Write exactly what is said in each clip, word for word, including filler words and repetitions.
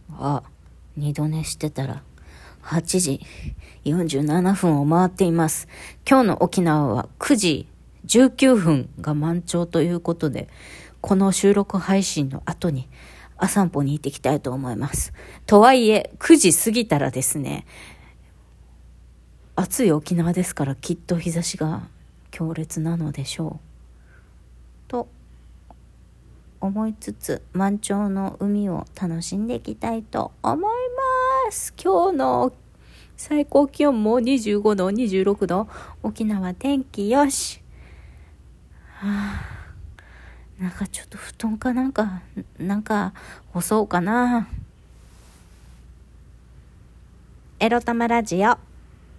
あ、二度寝してたらはちじよんじゅうななふんを回っています。今日の沖縄はくじじゅうきゅうふんが満潮ということで、この収録配信の後に朝散歩に行ってきたいと思います。とはいえくじ過ぎたらですね、暑い沖縄ですからきっと日差しが強烈なのでしょうと思いつつ、満潮の海を楽しんでいきたいと思います。今日の最高気温もにじゅうごど、にじゅうろくど、沖縄天気よし。はあ、なんかちょっと布団かなんかなんか干そうかな。エロ玉ラジオ。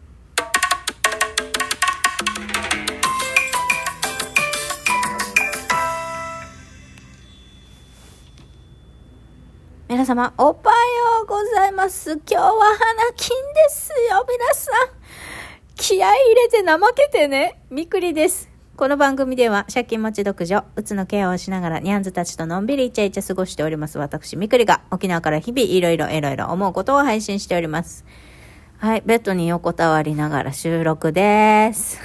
皆様おはようございます。今日は花金ですよ。皆さん気合い入れて怠けてね。みくりです。この番組では借金持ち独女うつのケアをしながらニャンズたちとのんびりイチャイチャ過ごしております私みくりが、沖縄から日々いろいろいろいろ思うことを配信しております。はい、ベッドに横たわりながら収録です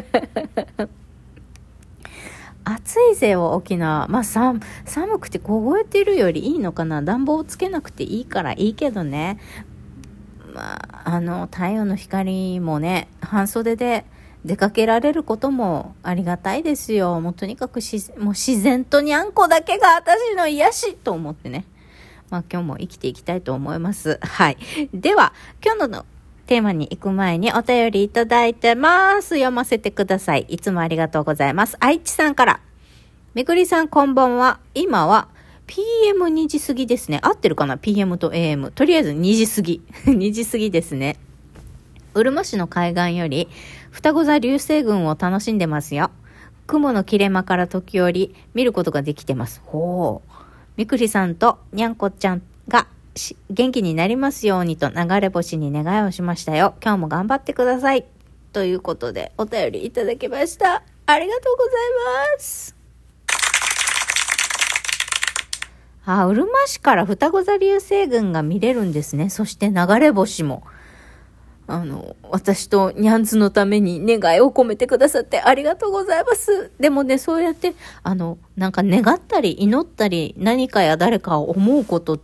暑いぜよ沖縄。まあ寒寒くて凍えてるよりいいのかな。暖房つけなくていいからいいけどね。まああの太陽の光もね、半袖で出かけられることもありがたいですよ。もうとにかくしもう自然とにゃんこだけが私の癒しと思ってね。まあ今日も生きていきたいと思います。はい。では今日のテーマに行く前にお便りいただいてます。読ませてください。いつもありがとうございます。愛知さんから。めぐりさんこんばんは。今は ピーエムに 時過ぎですね。合ってるかな ピーエム と エーエム。とりあえずにじ過ぎ。にじ過ぎですね。うるま市の海岸より双子座流星群を楽しんでますよ。雲の切れ間から時折見ることができてます。ほう。みくりさんとにゃんこちゃんが元気になりますようにと流れ星に願いをしましたよ。今日も頑張ってください。ということでお便りいただきました。ありがとうございます。あ、うるま市から双子座流星群が見れるんですね。そして流れ星も。あの、私とニャンズのために願いを込めてくださってありがとうございます。でもね、そうやって、あの、なんか願ったり祈ったり何かや誰かを思うことって、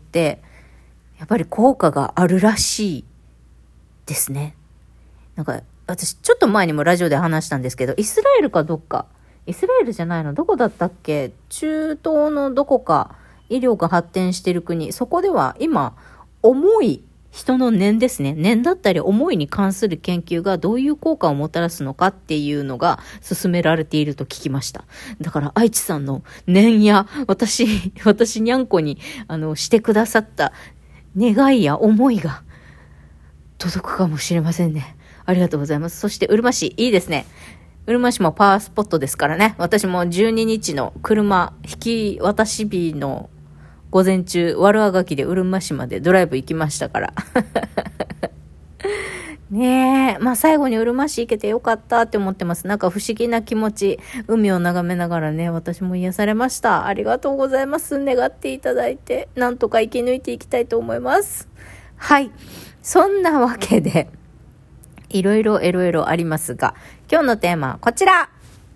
やっぱり効果があるらしいですね。なんか、私ちょっと前にもラジオで話したんですけど、イスラエルかどっか、イスラエルじゃないの、どこだったっけ、中東のどこか、医療が発展している国、そこでは今、重い、人の念ですね。念だったり思いに関する研究がどういう効果をもたらすのかっていうのが進められていると聞きました。だから愛知さんの念や私、私にゃんこにあのしてくださった願いや思いが届くかもしれませんね。ありがとうございます。そしてうるま市、いいですね。うるま市もパワースポットですからね。私もじゅうににちの車引き渡し日の午前中、悪あがきでうるま市までドライブ行きましたから。ねえ。まあ最後にうるま市行けてよかったって思ってます。なんか不思議な気持ち。海を眺めながらね、私も癒されました。ありがとうございます。願っていただいて、なんとか生き抜いていきたいと思います。はい。そんなわけで、いろいろいろいろありますが、今日のテーマはこちら。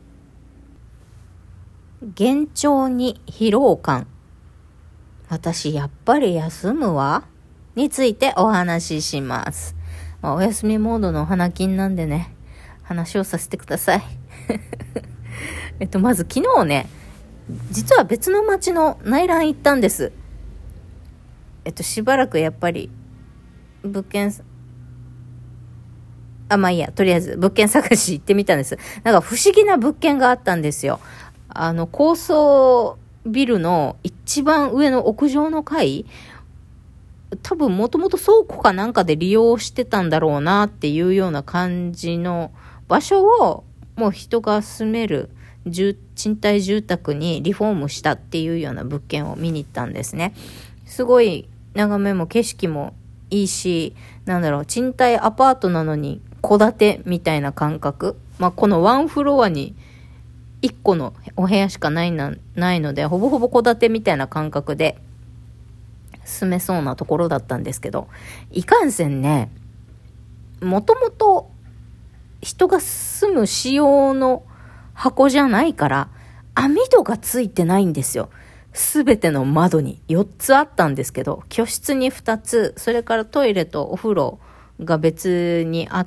幻聴に疲労感。私やっぱり休むわについてお話しします。まあ、お休みモードの花金なんでね、話をさせてください。えっとまず昨日ね、実は別の町の内覧行ったんです。えっとしばらくやっぱり物件あまあいいや、とりあえず物件探し行ってみたんです。なんか不思議な物件があったんですよ。あの高層ビルの一番上の屋上の階、多分もともと倉庫かなんかで利用してたんだろうなっていうような感じの場所をもう人が住める賃貸住宅にリフォームしたっていうような物件を見に行ったんですね。すごい眺めも景色もいいし、なんだろう、賃貸アパートなのに戸建てみたいな感覚。まあこのワンフロアにいっこのお部屋しかないな、ないので、ほぼほぼ戸建てみたいな感覚で、 住めそうなところだったんですけど、いかんせんね、もともと人が住む仕様の箱じゃないから網戸がついてないんですよ。すべての窓によっつあったんですけど、居室にふたつ、それからトイレとお風呂が別にあって、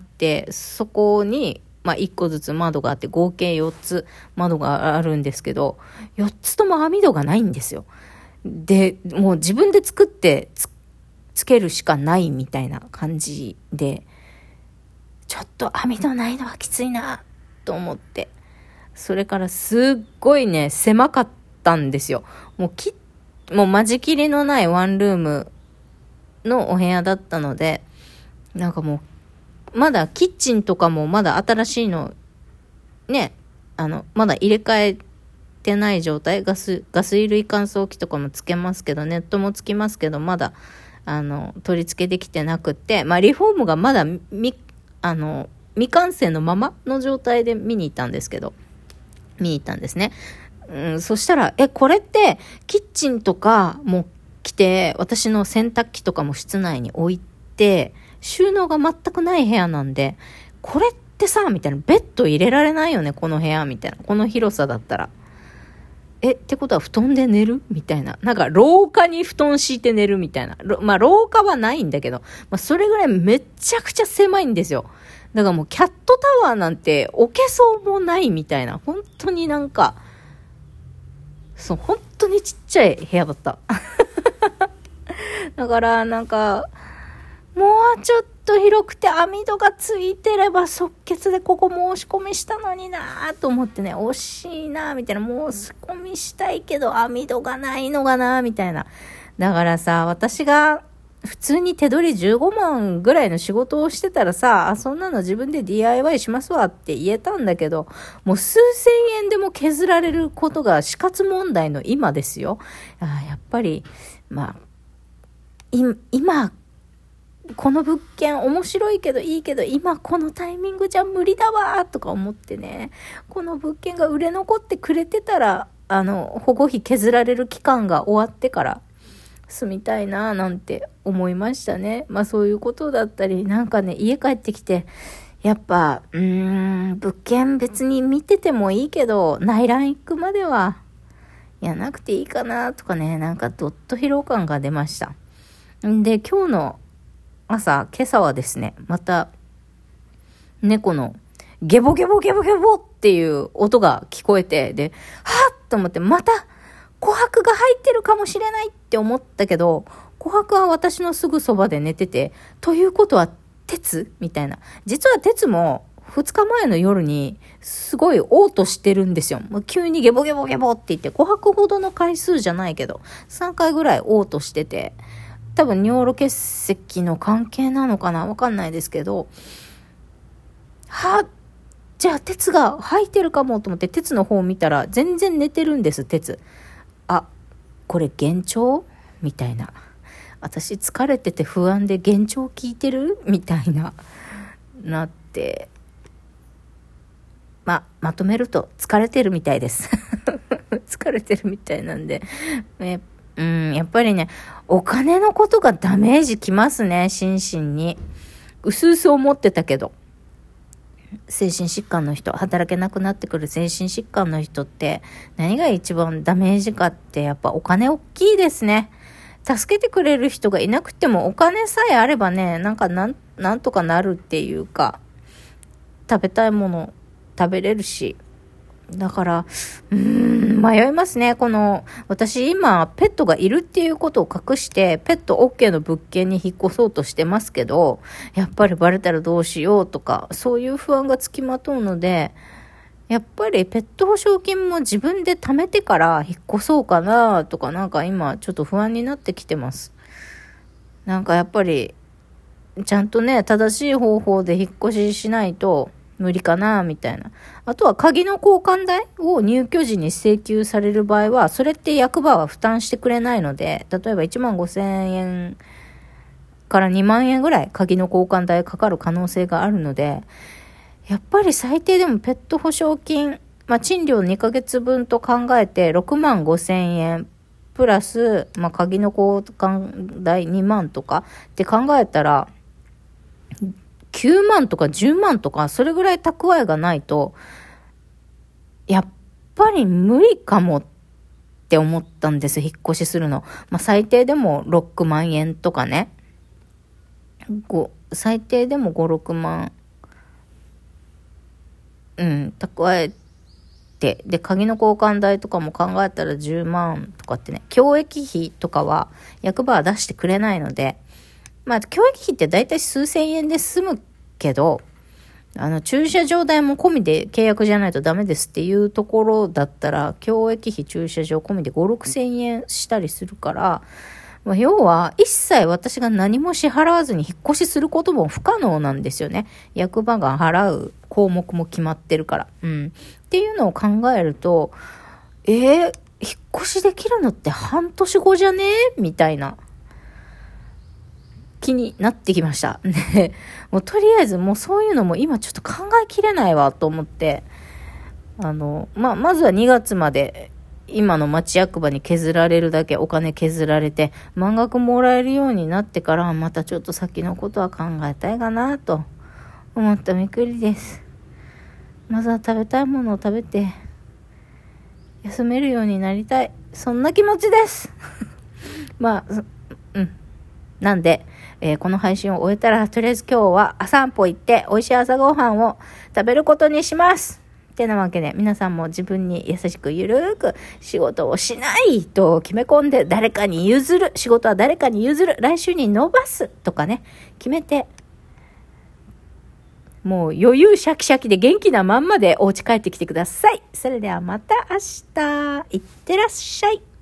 そこにまあいっこずつ窓があって合計よっつ窓があるんですけど、よっつとも網戸がないんですよ。で、もう自分で作ってつ、つけるしかないみたいな感じで、ちょっと網戸ないのはきついなと思って。それからすっごいね、狭かったんですよ。もうき、もう間仕切りのないワンルームのお部屋だったので、なんかもう、まだキッチンとかもまだ新しいの、ね、あの、まだ入れ替えてない状態、ガス、ガス衣類乾燥機とかもつけますけど、ネットもつきますけど、まだ、あの、取り付けできてなくって、まあ、リフォームがまだみ、あの、未完成のままの状態で見に行ったんですけど、見に行ったんですね。うん、そしたら、え、これって、キッチンとかも来て、私の洗濯機とかも室内に置いて、収納が全くない部屋なんで、これってさ、みたいな、ベッド入れられないよね、この部屋、みたいな。この広さだったら。え、ってことは布団で寝るみたいな。なんか廊下に布団敷いて寝るみたいな。まあ廊下はないんだけど、まあそれぐらいめちゃくちゃ狭いんですよ。だからもうキャットタワーなんて置けそうもないみたいな。本当になんか、そう、本当にちっちゃい部屋だった。だからなんか、もうちょっと広くて網戸がついてれば即決でここ申し込みしたのになぁと思ってね、惜しいなぁみたいな、申し込みしたいけど網戸がないのがなぁみたいな。だからさ、私が普通に手取りじゅうごまんぐらいの仕事をしてたらさ、あ、そんなの自分で ディーアイワイ しますわって言えたんだけど、もう数千円でも削られることが死活問題の今ですよ。あ、やっぱり、まあ、い今、この物件面白いけどいいけど今このタイミングじゃ無理だわとか思ってね、この物件が売れ残ってくれてたら、あの保護費削られる期間が終わってから住みたいななんて思いましたね。まあそういうことだったり、なんかね、家帰ってきてやっぱうーん物件別に見ててもいいけど内覧行くまではやなくていいかなとかね、なんかどっと疲労感が出ました。んで今日の朝、今朝はですね、また猫のゲボゲボゲボゲボっていう音が聞こえて、で、はっと思ってまた琥珀が入ってるかもしれないって思ったけど、琥珀は私のすぐそばで寝てて、ということは鉄みたいな。実は鉄もふつかまえの夜にすごい嘔吐してるんですよ。もう急にゲボゲボゲボって言って、琥珀ほどの回数じゃないけど、さんかいぐらい嘔吐してて、多分尿路結石の関係なのかな、わかんないですけど、はじゃあ鉄が入ってるかもと思って鉄の方を見たら全然寝てるんです。鉄、あ、これ幻聴みたいな、私疲れてて不安で幻聴聞いてるみたいななって、ままとめると疲れてるみたいです疲れてるみたいなんで、えうん、やっぱりね、お金のことがダメージきますね、心身に。うすうす思ってたけど。精神疾患の人、働けなくなってくる精神疾患の人って、何が一番ダメージかって、やっぱお金大きいですね。助けてくれる人がいなくても、お金さえあればね、なんかなん、なんとかなるっていうか、食べたいもの食べれるし、だから、うーん、迷いますね。この、私今、ペットがいるっていうことを隠して、ペット OK の物件に引っ越そうとしてますけど、やっぱりバレたらどうしようとか、そういう不安がつきまとうので、やっぱりペット保証金も自分で貯めてから引っ越そうかなとか、なんか今ちょっと不安になってきてます。なんかやっぱり、ちゃんとね、正しい方法で引っ越ししないと、無理かなみたいな。あとは鍵の交換代を入居時に請求される場合は、それって役場は負担してくれないので、例えばいちまんごせんえんからにまんえんぐらい鍵の交換代かかる可能性があるので、やっぱり最低でもペット保証金、まあ、賃料にかげつぶんと考えてろくまんごせんえんプラス、まあ、鍵の交換代にまんとかって考えたら、きゅうまんとかじゅうまんとか、それぐらい蓄えがないと、やっぱり無理かもって思ったんです、引っ越しするの。まあ、最低でもろくまんえんとかね。ご最低でもご、ろくまん。うん、蓄えて。で、鍵の交換代とかも考えたらじゅうまんとかってね。教育費とかは役場は出してくれないので、まあ、教育費ってだいたい数千円で済むけど、あの、駐車場代も込みで契約じゃないとダメですっていうところだったら、教育費駐車場込みでご、ろくせんえんしたりするから、まあ、要は一切私が何も支払わずに引っ越しすることも不可能なんですよね。役場が払う項目も決まってるから。うん。っていうのを考えると、えー、引っ越しできるのって半年後じゃねみたいな気になってきました。ね、もうとりあえずもうそういうのも今ちょっと考えきれないわと思って、あの、まあ、まずはにがつまで今の町役場に削られるだけお金削られて満額もらえるようになってからまたちょっと先のことは考えたいかなと思ったみくりです。まずは食べたいものを食べて休めるようになりたい、そんな気持ちですまあうんなんで、えー、この配信を終えたらとりあえず今日は朝散歩行って美味しい朝ごはんを食べることにしますってなわけで、皆さんも自分に優しくゆるーく仕事をしないと決め込んで誰かに譲る、仕事は誰かに譲る、来週に伸ばすとかね、決めて、もう余裕シャキシャキで元気なまんまでお家帰ってきてください。それではまた明日、いってらっしゃい。